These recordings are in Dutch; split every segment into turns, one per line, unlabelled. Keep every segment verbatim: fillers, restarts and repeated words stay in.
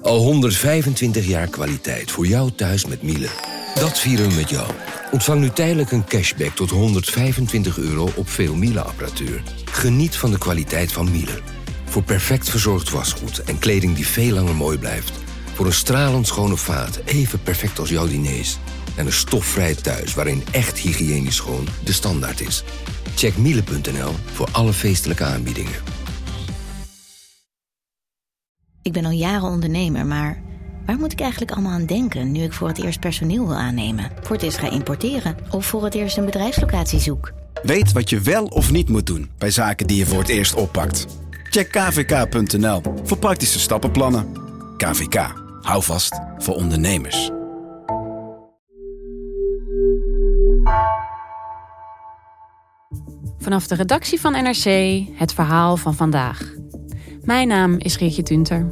Al honderdvijfentwintig jaar kwaliteit voor jou thuis met Miele. Dat vieren we met jou. Ontvang nu tijdelijk een cashback tot honderdvijfentwintig euro op veel Miele-apparatuur. Geniet van de kwaliteit van Miele. Voor perfect verzorgd wasgoed en kleding die veel langer mooi blijft. Voor een stralend schone vaat, even perfect als jouw diners. En een stofvrij thuis waarin echt hygiënisch schoon de standaard is. Check miele punt n l voor alle feestelijke aanbiedingen.
Ik ben al jaren ondernemer, maar waar moet ik eigenlijk allemaal aan denken nu ik voor het eerst personeel wil aannemen, voor het eerst ga importeren of voor het eerst een bedrijfslocatie zoek?
Weet wat je wel of niet moet doen bij zaken die je voor het eerst oppakt. Check k v k punt n l voor praktische stappenplannen. K V K. Hou vast voor ondernemers.
Vanaf de redactie van N R C, het verhaal van vandaag. Mijn naam is Geertje Tunter.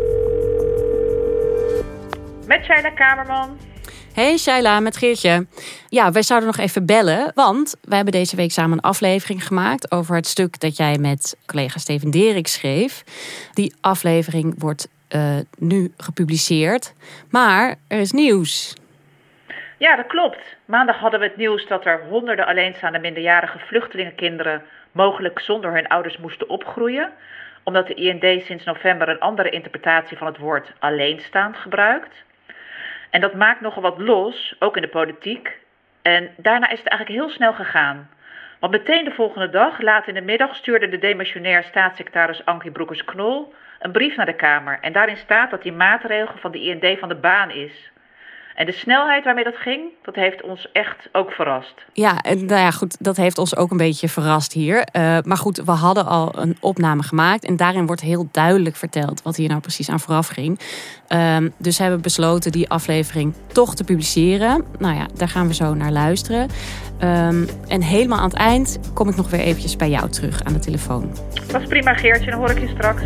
Met Shaila Kamerman.
Hey Shaila, met Geertje. Ja, wij zouden nog even bellen, want wij hebben deze week samen een aflevering gemaakt over het stuk dat jij met collega Steven Derik schreef. Die aflevering wordt uh, nu gepubliceerd, maar er is nieuws.
Ja, dat klopt. Maandag hadden we het nieuws dat er honderden alleenstaande minderjarige vluchtelingenkinderen mogelijk zonder hun ouders moesten opgroeien, omdat de I N D sinds november een andere interpretatie van het woord alleenstaand gebruikt. En dat maakt nogal wat los, ook in de politiek. En daarna is het eigenlijk heel snel gegaan. Want meteen de volgende dag, laat in de middag, stuurde de demissionair staatssecretaris Ankie Broekers-Knol een brief naar de Kamer. En daarin staat dat die maatregel van de I N D van de baan is. En de snelheid waarmee dat ging, dat heeft ons echt ook verrast.
Ja, en nou ja, goed, dat heeft ons ook een beetje verrast hier. Uh, maar goed, we hadden al een opname gemaakt en daarin wordt heel duidelijk verteld wat hier nou precies aan vooraf ging. Um, dus we hebben besloten die aflevering toch te publiceren. Nou ja, daar gaan we zo naar luisteren. Um, en helemaal aan het eind kom ik nog weer eventjes bij jou terug aan de telefoon.
Dat is prima, Geertje, dan hoor ik je straks.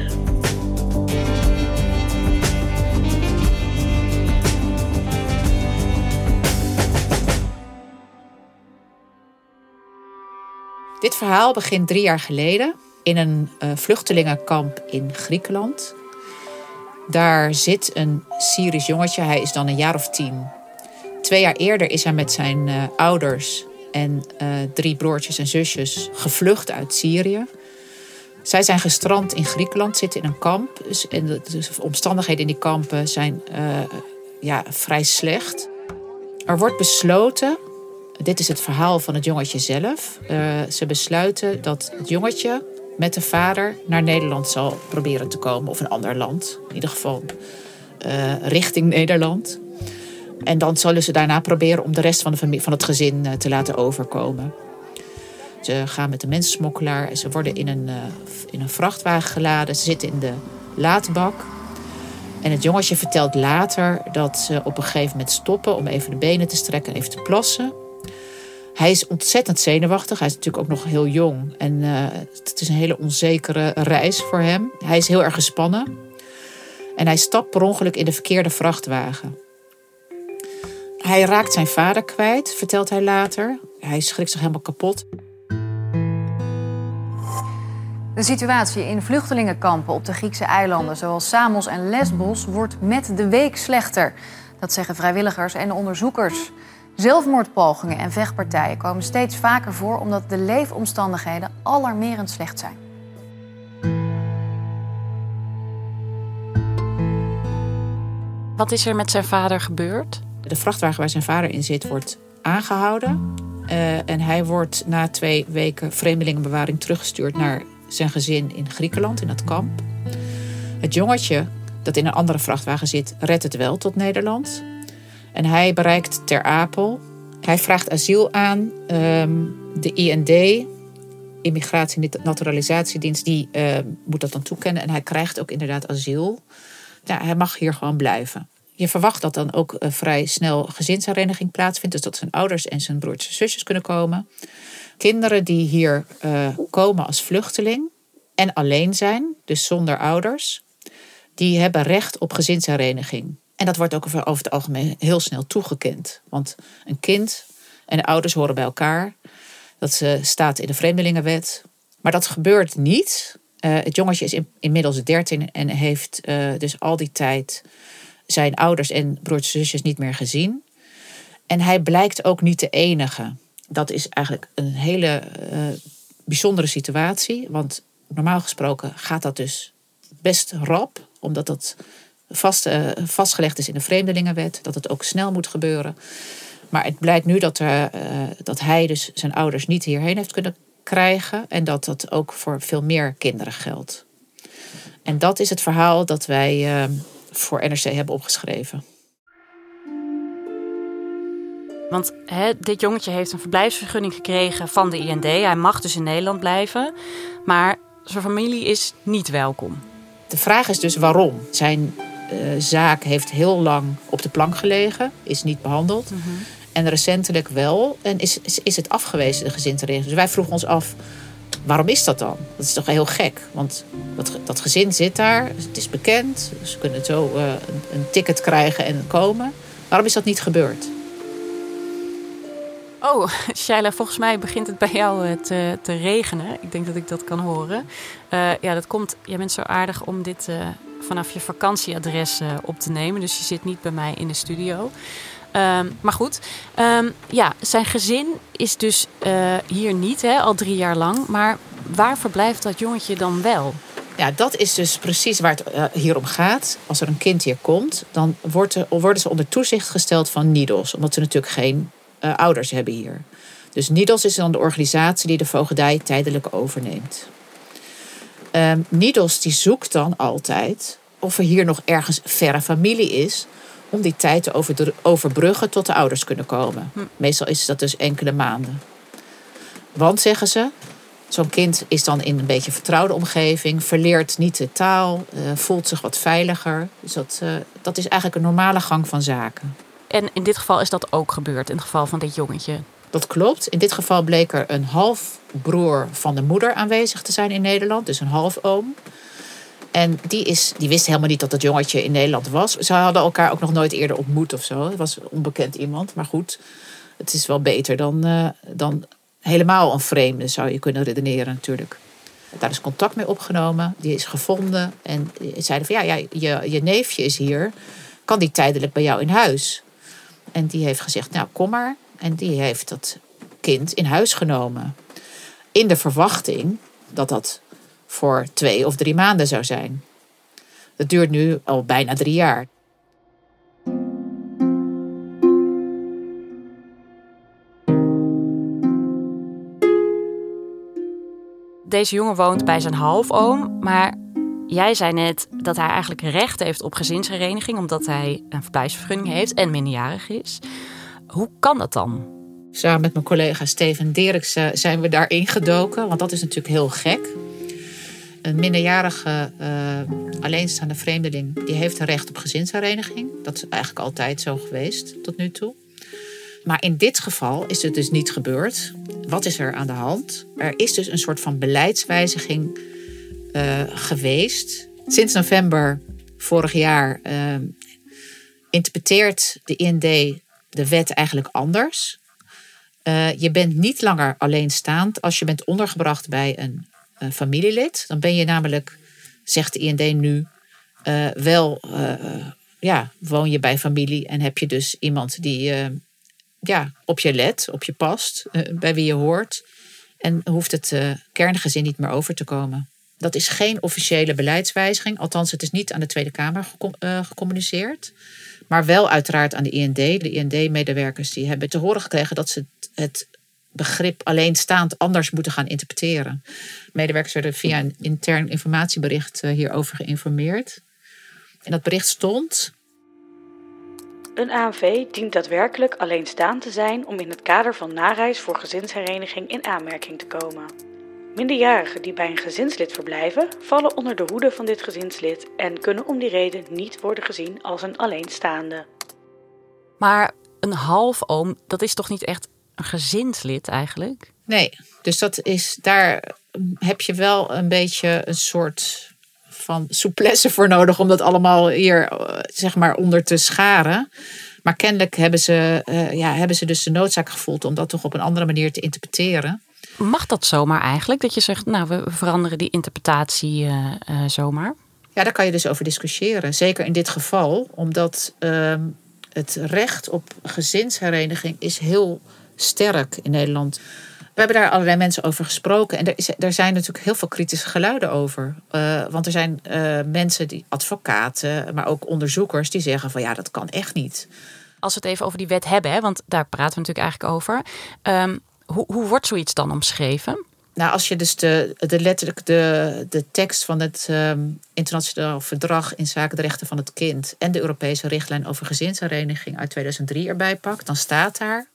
Dit verhaal begint drie jaar geleden in een uh, vluchtelingenkamp in Griekenland. Daar zit een Syrisch jongetje, hij is dan een jaar of tien. Twee jaar eerder is hij met zijn uh, ouders en uh, drie broertjes en zusjes gevlucht uit Syrië. Zij zijn gestrand in Griekenland, zitten in een kamp. Dus, en de, de omstandigheden in die kampen zijn uh, ja, vrij slecht. Er wordt besloten, dit is het verhaal van het jongetje zelf. Uh, ze besluiten dat het jongetje met de vader naar Nederland zal proberen te komen. Of een ander land. In ieder geval uh, richting Nederland. En dan zullen ze daarna proberen om de rest van, de familie, van het gezin uh, te laten overkomen. Ze gaan met de mensensmokkelaar. Ze worden in een, uh, in een vrachtwagen geladen. Ze zitten in de laadbak. En het jongetje vertelt later dat ze op een gegeven moment stoppen om even de benen te strekken en even te plassen. Hij is ontzettend zenuwachtig. Hij is natuurlijk ook nog heel jong. En uh, het is een hele onzekere reis voor hem. Hij is heel erg gespannen. En hij stapt per ongeluk in de verkeerde vrachtwagen. Hij raakt zijn vader kwijt, vertelt hij later. Hij schrikt zich helemaal kapot.
De situatie in vluchtelingenkampen op de Griekse eilanden, zoals Samos en Lesbos, wordt met de week slechter. Dat zeggen vrijwilligers en onderzoekers. Zelfmoordpogingen en vechtpartijen komen steeds vaker voor omdat de leefomstandigheden alarmerend slecht zijn.
Wat is er met zijn vader gebeurd?
De vrachtwagen waar zijn vader in zit wordt aangehouden. Uh, en hij wordt na twee weken vreemdelingenbewaring teruggestuurd naar zijn gezin in Griekenland, in het kamp. Het jongetje dat in een andere vrachtwagen zit, redt het wel tot Nederland. En hij bereikt Ter Apel. Hij vraagt asiel aan. Um, de I N D, Immigratie- en Naturalisatiedienst, die uh, moet dat dan toekennen. En hij krijgt ook inderdaad asiel. Ja, hij mag hier gewoon blijven. Je verwacht dat dan ook uh, vrij snel gezinshereniging plaatsvindt. Dus dat zijn ouders en zijn broertjes en zusjes kunnen komen. Kinderen die hier uh, komen als vluchteling en alleen zijn, dus zonder ouders, die hebben recht op gezinshereniging. En dat wordt ook over het algemeen heel snel toegekend. Want een kind en de ouders horen bij elkaar. Dat staat in de Vreemdelingenwet. Maar dat gebeurt niet. Uh, het jongetje is in, inmiddels dertien en heeft uh, dus al die tijd zijn ouders en broertjes en zusjes niet meer gezien. En hij blijkt ook niet de enige. Dat is eigenlijk een hele uh, bijzondere situatie. Want normaal gesproken gaat dat dus best rap. Omdat dat vast, uh, vastgelegd is in de Vreemdelingenwet. Dat het ook snel moet gebeuren. Maar het blijkt nu dat, er, uh, dat hij dus zijn ouders niet hierheen heeft kunnen krijgen. En dat dat ook voor veel meer kinderen geldt. En dat is het verhaal dat wij uh, voor N R C hebben opgeschreven.
Want hè, dit jongetje heeft een verblijfsvergunning gekregen van de I N D. Hij mag dus in Nederland blijven. Maar zijn familie is niet welkom.
De vraag is dus waarom. Zijn uh, zaak heeft heel lang op de plank gelegen. Is niet behandeld. Mm-hmm. En recentelijk wel. En is, is, is het afgewezen, de gezinshereniging. Dus wij vroegen ons af, waarom is dat dan? Dat is toch heel gek. Want dat, dat gezin zit daar. Het is bekend. Ze kunnen zo uh, een, een ticket krijgen en komen. Waarom is dat niet gebeurd?
Oh, Shaila, volgens mij begint het bij jou te, te regenen. Ik denk dat ik dat kan horen. Uh, ja, dat komt. Jij bent zo aardig om dit uh, vanaf je vakantieadres uh, op te nemen. Dus je zit niet bij mij in de studio. Um, maar goed, um, ja, zijn gezin is dus uh, hier niet, hè, al drie jaar lang. Maar waar verblijft dat jongetje dan wel?
Ja, dat is dus precies waar het uh, hier om gaat. Als er een kind hier komt, dan wordt er, worden ze onder toezicht gesteld van N I D O S. Omdat ze natuurlijk geen uh, ouders hebben hier. Dus N I D O S is dan de organisatie die de voogdij tijdelijk overneemt. Um, N I D O S die zoekt dan altijd of er hier nog ergens verre familie is om die tijd te overbruggen tot de ouders kunnen komen. Hm. Meestal is dat dus enkele maanden. Want, zeggen ze, zo'n kind is dan in een beetje vertrouwde omgeving, verleert niet de taal, uh, voelt zich wat veiliger. Dus dat, uh, dat is eigenlijk een normale gang van zaken.
En in dit geval is dat ook gebeurd, in het geval van dit jongetje?
Dat klopt. In dit geval bleek er een halfbroer van de moeder aanwezig te zijn in Nederland. Dus een halfoom. En die, is, die wist helemaal niet dat het jongetje in Nederland was. Ze hadden elkaar ook nog nooit eerder ontmoet of zo. Het was onbekend iemand. Maar goed, het is wel beter dan, uh, dan helemaal een vreemde, zou je kunnen redeneren natuurlijk. Daar is contact mee opgenomen. Die is gevonden. En zeiden van ja, ja je, je neefje is hier. Kan die tijdelijk bij jou in huis? En die heeft gezegd, nou kom maar. En die heeft dat kind in huis genomen. In de verwachting dat dat voor twee of drie maanden zou zijn. Dat duurt nu al bijna drie jaar.
Deze jongen woont bij zijn halfoom, maar jij zei net dat hij eigenlijk recht heeft op gezinshereniging omdat hij een verblijfsvergunning heeft en minderjarig is. Hoe kan dat dan?
Samen met mijn collega Steven Derksen zijn we daar ingedoken, want dat is natuurlijk heel gek. Een minderjarige uh, alleenstaande vreemdeling die heeft een recht op gezinshereniging. Dat is eigenlijk altijd zo geweest tot nu toe. Maar in dit geval is het dus niet gebeurd. Wat is er aan de hand? Er is dus een soort van beleidswijziging uh, geweest. Sinds november vorig jaar uh, interpreteert de I N D de wet eigenlijk anders. Uh, je bent niet langer alleenstaand als je bent ondergebracht bij een uh, familielid. Dan ben je namelijk, zegt de I N D nu, uh, wel uh, ja, woon je bij familie en heb je dus iemand die uh, ja, op je let, op je past, uh, bij wie je hoort. En hoeft het uh, kerngezin niet meer over te komen. Dat is geen officiële beleidswijziging. Althans, het is niet aan de Tweede Kamer gecom- uh, gecommuniceerd. Maar wel uiteraard aan de I N D. De I N D-medewerkers die hebben te horen gekregen dat ze het begrip alleenstaand anders moeten gaan interpreteren. Medewerkers werden via een intern informatiebericht hierover geïnformeerd. En dat bericht stond:
Een A N V dient daadwerkelijk alleenstaand te zijn om in het kader van nareis voor gezinshereniging in aanmerking te komen. Minderjarigen die bij een gezinslid verblijven, vallen onder de hoede van dit gezinslid en kunnen om die reden niet worden gezien als een alleenstaande.
Maar een halfoom, dat is toch niet echt een gezinslid eigenlijk?
Nee, dus dat is, daar heb je wel een beetje een soort van souplesse voor nodig om dat allemaal hier zeg maar onder te scharen. Maar kennelijk hebben ze, uh, ja, hebben ze dus de noodzaak gevoeld om dat toch op een andere manier te interpreteren.
Mag dat zomaar eigenlijk? Dat je zegt, nou, we veranderen die interpretatie uh, uh, zomaar?
Ja, daar kan je dus over discussiëren. Zeker in dit geval, omdat uh, het recht op gezinshereniging is heel sterk in Nederland. We hebben daar allerlei mensen over gesproken. En er, is, er zijn natuurlijk heel veel kritische geluiden over. Uh, want er zijn uh, mensen, die advocaten, maar ook onderzoekers, die zeggen van ja, dat kan echt niet.
Als we het even over die wet hebben, hè, want daar praten we natuurlijk eigenlijk over. Um, hoe, hoe wordt zoiets dan omschreven?
Nou, als je dus de, de letterlijk de, de tekst van het um, internationaal verdrag inzake de rechten van het kind en de Europese richtlijn over gezinshereniging uit tweeduizend drie erbij pakt, dan staat daar: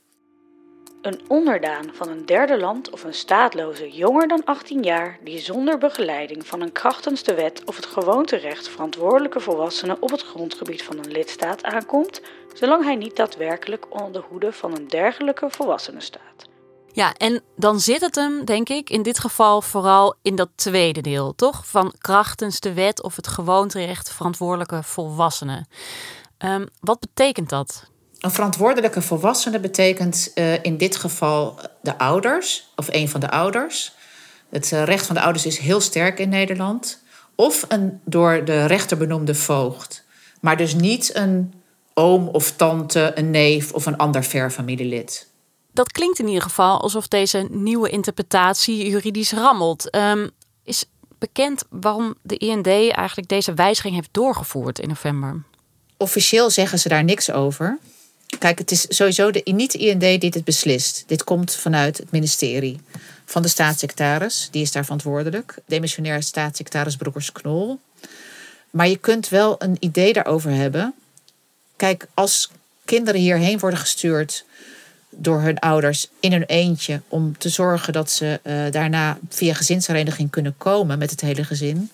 een onderdaan van een derde land of een staatloze jonger dan achttien jaar die zonder begeleiding van een krachtens de wet of het gewoonterecht verantwoordelijke volwassene op het grondgebied van een lidstaat aankomt, zolang hij niet daadwerkelijk onder de hoede van een dergelijke volwassene staat.
Ja, en dan zit het hem, denk ik, in dit geval vooral in dat tweede deel, toch? Van krachtens de wet of het gewoonterecht verantwoordelijke volwassenen. Um, wat betekent dat?
Een verantwoordelijke volwassene betekent uh, in dit geval de ouders, of een van de ouders. Het uh, recht van de ouders is heel sterk in Nederland. Of een door de rechter benoemde voogd. Maar dus niet een oom of tante, een neef of een ander ver familielid.
Dat klinkt in ieder geval alsof deze nieuwe interpretatie juridisch rammelt. Um, is bekend waarom de I N D eigenlijk deze wijziging heeft doorgevoerd in november?
Officieel zeggen ze daar niks over. Kijk, het is sowieso de, niet de I N D die dit beslist. Dit komt vanuit het ministerie van de staatssecretaris. Die is daar verantwoordelijk. Demissionair staatssecretaris Broekers-Knol. Maar je kunt wel een idee daarover hebben. Kijk, als kinderen hierheen worden gestuurd door hun ouders in hun eentje om te zorgen dat ze uh, daarna via gezinshereniging kunnen komen met het hele gezin.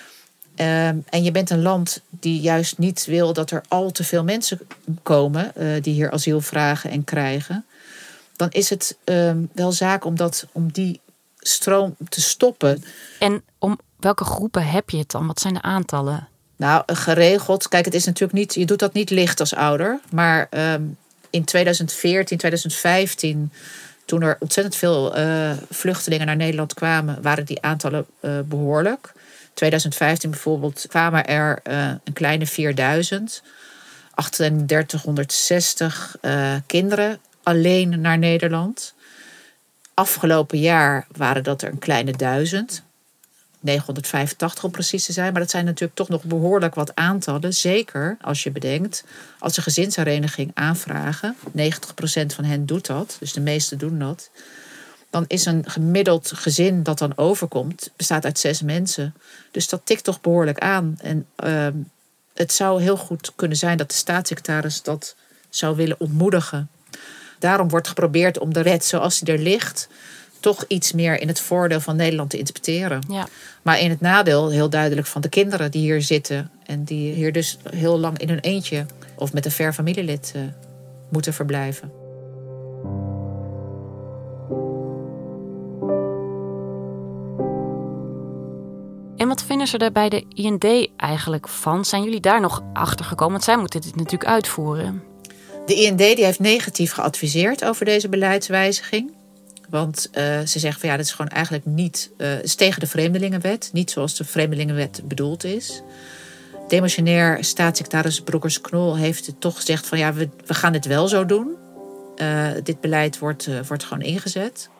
Uh, en je bent een land die juist niet wil dat er al te veel mensen komen uh, die hier asiel vragen en krijgen. Dan is het uh, wel zaak om, dat, om die stroom te stoppen.
En om welke groepen heb je het dan? Wat zijn de aantallen?
Nou, geregeld. Kijk, het is natuurlijk niet, je doet dat niet licht als ouder. Maar uh, in tweeduizend veertien, tweeduizend vijftien, toen er ontzettend veel uh, vluchtelingen naar Nederland kwamen, waren die aantallen uh, behoorlijk. tweeduizend vijftien bijvoorbeeld kwamen er uh, een kleine vierduizend, drieduizend achthonderdzestig uh, kinderen alleen naar Nederland. Afgelopen jaar waren dat er een kleine duizend, negenhonderdvijfentachtig om precies te zijn. Maar dat zijn natuurlijk toch nog behoorlijk wat aantallen. Zeker als je bedenkt, als ze gezinshereniging aanvragen, negentig procent van hen doet dat, dus de meesten doen dat. Dan is een gemiddeld gezin dat dan overkomt, bestaat uit zes mensen. Dus dat tikt toch behoorlijk aan. En uh, het zou heel goed kunnen zijn dat de staatssecretaris dat zou willen ontmoedigen. Daarom wordt geprobeerd om de wet zoals die er ligt toch iets meer in het voordeel van Nederland te interpreteren. Ja. Maar in het nadeel heel duidelijk van de kinderen die hier zitten en die hier dus heel lang in hun eentje of met een ver familielid uh, moeten verblijven.
En wat vinden ze er bij de I N D eigenlijk van? Zijn jullie daar nog achter gekomen? Want zij moeten dit natuurlijk uitvoeren.
De I N D die heeft negatief geadviseerd over deze beleidswijziging. Want uh, ze zeggen van ja, dat is gewoon eigenlijk niet uh, is tegen de Vreemdelingenwet. Niet zoals de Vreemdelingenwet bedoeld is. Demissionair staatssecretaris Broekers-Knol heeft toch gezegd van ja, we, we gaan het wel zo doen. Uh, dit beleid wordt, uh, wordt gewoon ingezet.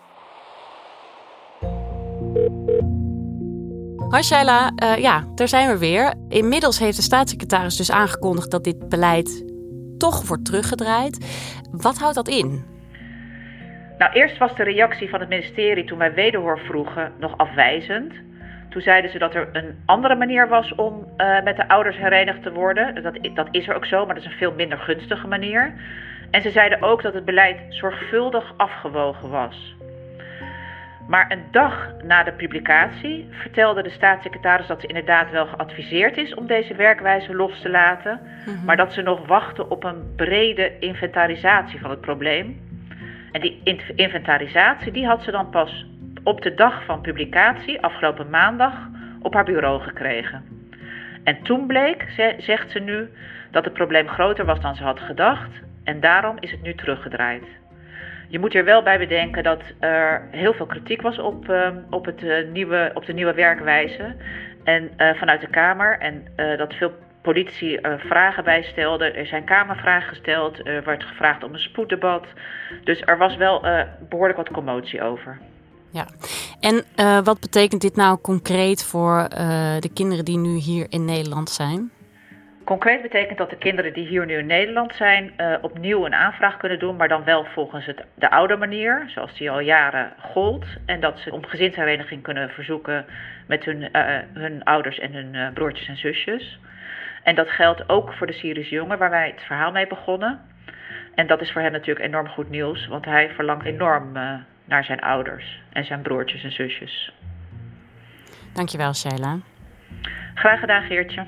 Hoi Shaila, uh, ja, daar zijn we weer. Inmiddels heeft de staatssecretaris dus aangekondigd dat dit beleid toch wordt teruggedraaid. Wat houdt dat in?
Nou, eerst was de reactie van het ministerie toen wij wederhoor vroegen nog afwijzend. Toen zeiden ze dat er een andere manier was om uh, met de ouders herenigd te worden. Dat, dat is er ook zo, maar dat is een veel minder gunstige manier. En ze zeiden ook dat het beleid zorgvuldig afgewogen was. Maar een dag na de publicatie vertelde de staatssecretaris dat ze inderdaad wel geadviseerd is om deze werkwijze los te laten, mm-hmm. maar dat ze nog wachten op een brede inventarisatie van het probleem. En die inventarisatie die had ze dan pas op de dag van publicatie, afgelopen maandag, op haar bureau gekregen. En toen bleek, zegt ze nu, dat het probleem groter was dan ze had gedacht en daarom is het nu teruggedraaid. Je moet er wel bij bedenken dat er heel veel kritiek was op, uh, op, het, uh, nieuwe, op de nieuwe werkwijze en, uh, vanuit de Kamer. En uh, dat veel politici uh, vragen bij stelden. Er zijn Kamervragen gesteld. Er werd gevraagd om een spoeddebat. Dus er was wel uh, behoorlijk wat commotie over.
Ja, en uh, wat betekent dit nou concreet voor uh, de kinderen die nu hier in Nederland zijn?
Concreet betekent dat de kinderen die hier nu in Nederland zijn uh, opnieuw een aanvraag kunnen doen, maar dan wel volgens het, de oude manier, zoals die al jaren gold. En dat ze om gezinshereniging kunnen verzoeken met hun, uh, hun ouders en hun uh, broertjes en zusjes. En dat geldt ook voor de Syrische jongen waar wij het verhaal mee begonnen. En dat is voor hem natuurlijk enorm goed nieuws, want hij verlangt enorm uh, naar zijn ouders en zijn broertjes en zusjes.
Dankjewel, Sheila.
Graag gedaan, Geertje.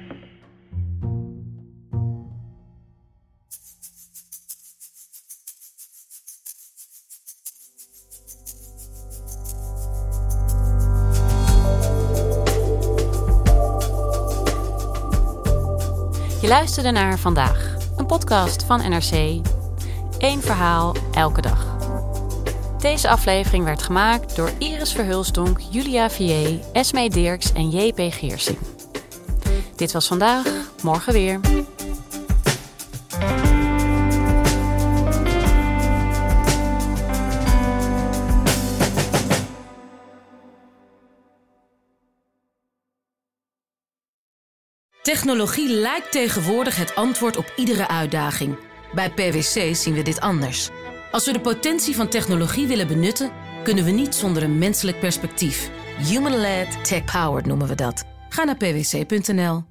Je luisterde naar Vandaag, een podcast van N R C. Eén verhaal, elke dag. Deze aflevering werd gemaakt door Iris Verhulsdonk, Julia Vier, Esmee Dirks en J P Geersing. Dit was Vandaag, morgen weer.
Technologie lijkt tegenwoordig het antwoord op iedere uitdaging. Bij P W C zien we dit anders. Als we de potentie van technologie willen benutten, kunnen we niet zonder een menselijk perspectief. Human-led, tech-powered noemen we dat. Ga naar p w c punt n l.